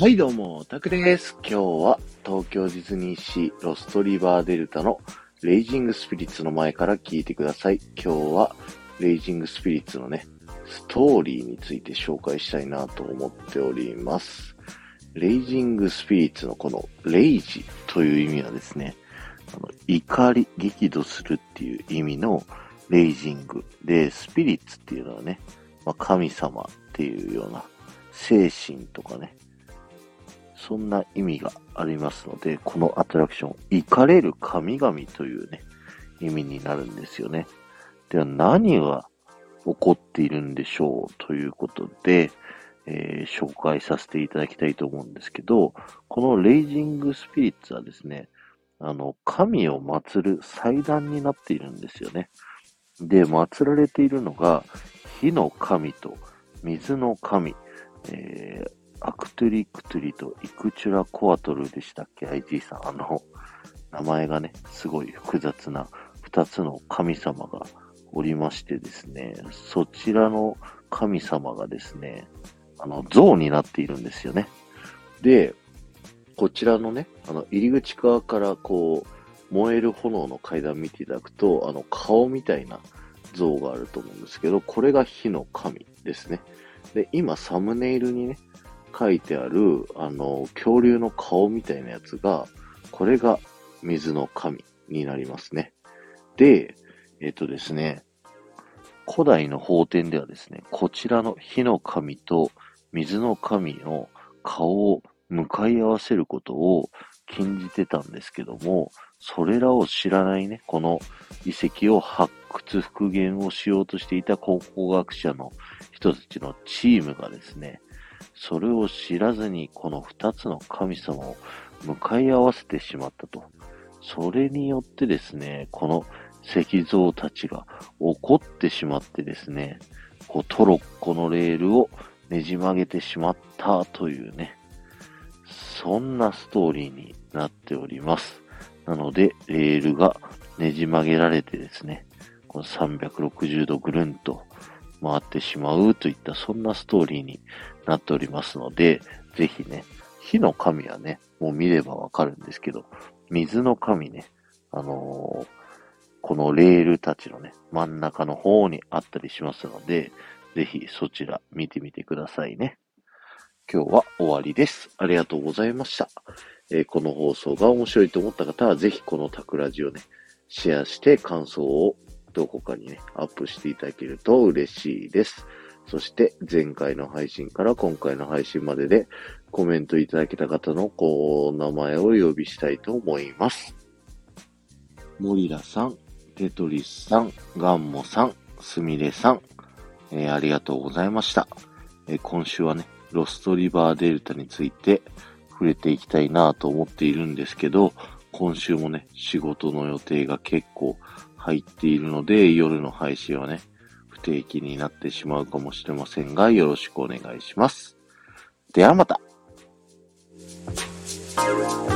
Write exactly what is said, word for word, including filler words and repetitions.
はいどうも、タクです。今日は東京ディズニーシーロストリバーデルタのレイジングスピリッツの前から聞いてください。今日はレイジングスピリッツのね、ストーリーについて紹介したいなと思っております。レイジングスピリッツのこのレイジという意味はですね、あの怒り、激怒するっていう意味のレイジングで、スピリッツっていうのはね、まあ、神様っていうような精神とかね、そんな意味がありますので、このアトラクション、怒れる神々というね、意味になるんですよね。では何が起こっているんでしょうということで、えー、紹介させていただきたいと思うんですけど、このレイジングスピリッツはですね、あの、神を祀る祭壇になっているんですよね。で、祀られているのが、火の神と水の神、えーアクトゥリクトゥリとイクチュラコアトルでしたっけ アイジー さん。あの、名前がね、すごい複雑な二つの神様がおりましてですね、そちらの神様がですね、あの、像になっているんですよね。で、こちらのね、あの、入り口側からこう、燃える炎の階段見ていただくと、あの、顔みたいな像があると思うんですけど、これが火の神ですね。で、今、サムネイルにね、書いてある、あの、恐竜の顔みたいなやつが、これが水の神になりますね。で、えっとですね、古代の法典ではですね、こちらの火の神と水の神の顔を向かい合わせることを禁じてたんですけども、それらを知らないね、この遺跡を発掘復元をしようとしていた考古学者の人たちのチームがですね、それを知らずにこの二つの神様を向かい合わせてしまったと。それによってですね、この石像たちが怒ってしまってですね、こうトロッコのレールをねじ曲げてしまったというね、そんなストーリーになっております。なので、レールがねじ曲げられてですね、このさんびゃくろくじゅうどぐるんと回ってしまうといったそんなストーリーになっておりますので、ぜひね、火の神はね、もう見ればわかるんですけど、水の神ね、あのー、このレールたちのね、真ん中の方にあったりしますので、ぜひそちら見てみてくださいね。今日は終わりです。ありがとうございました。えー、この放送が面白いと思った方は、ぜひこのタクラジをね、シェアして感想をどこかにね、アップしていただけると嬉しいです。そして前回の配信から今回の配信まででコメントいただけた方のこう名前を呼びしたいと思います。モリラさん、テトリスさん、ガンモさん、スミレさん、えー、ありがとうございました、えー。今週はね、ロストリバーデルタについて触れていきたいなと思っているんですけど、今週もね、仕事の予定が結構入っているので、夜の配信はね、不定期になってしまうかもしれませんが、よろしくお願いします。ではまた。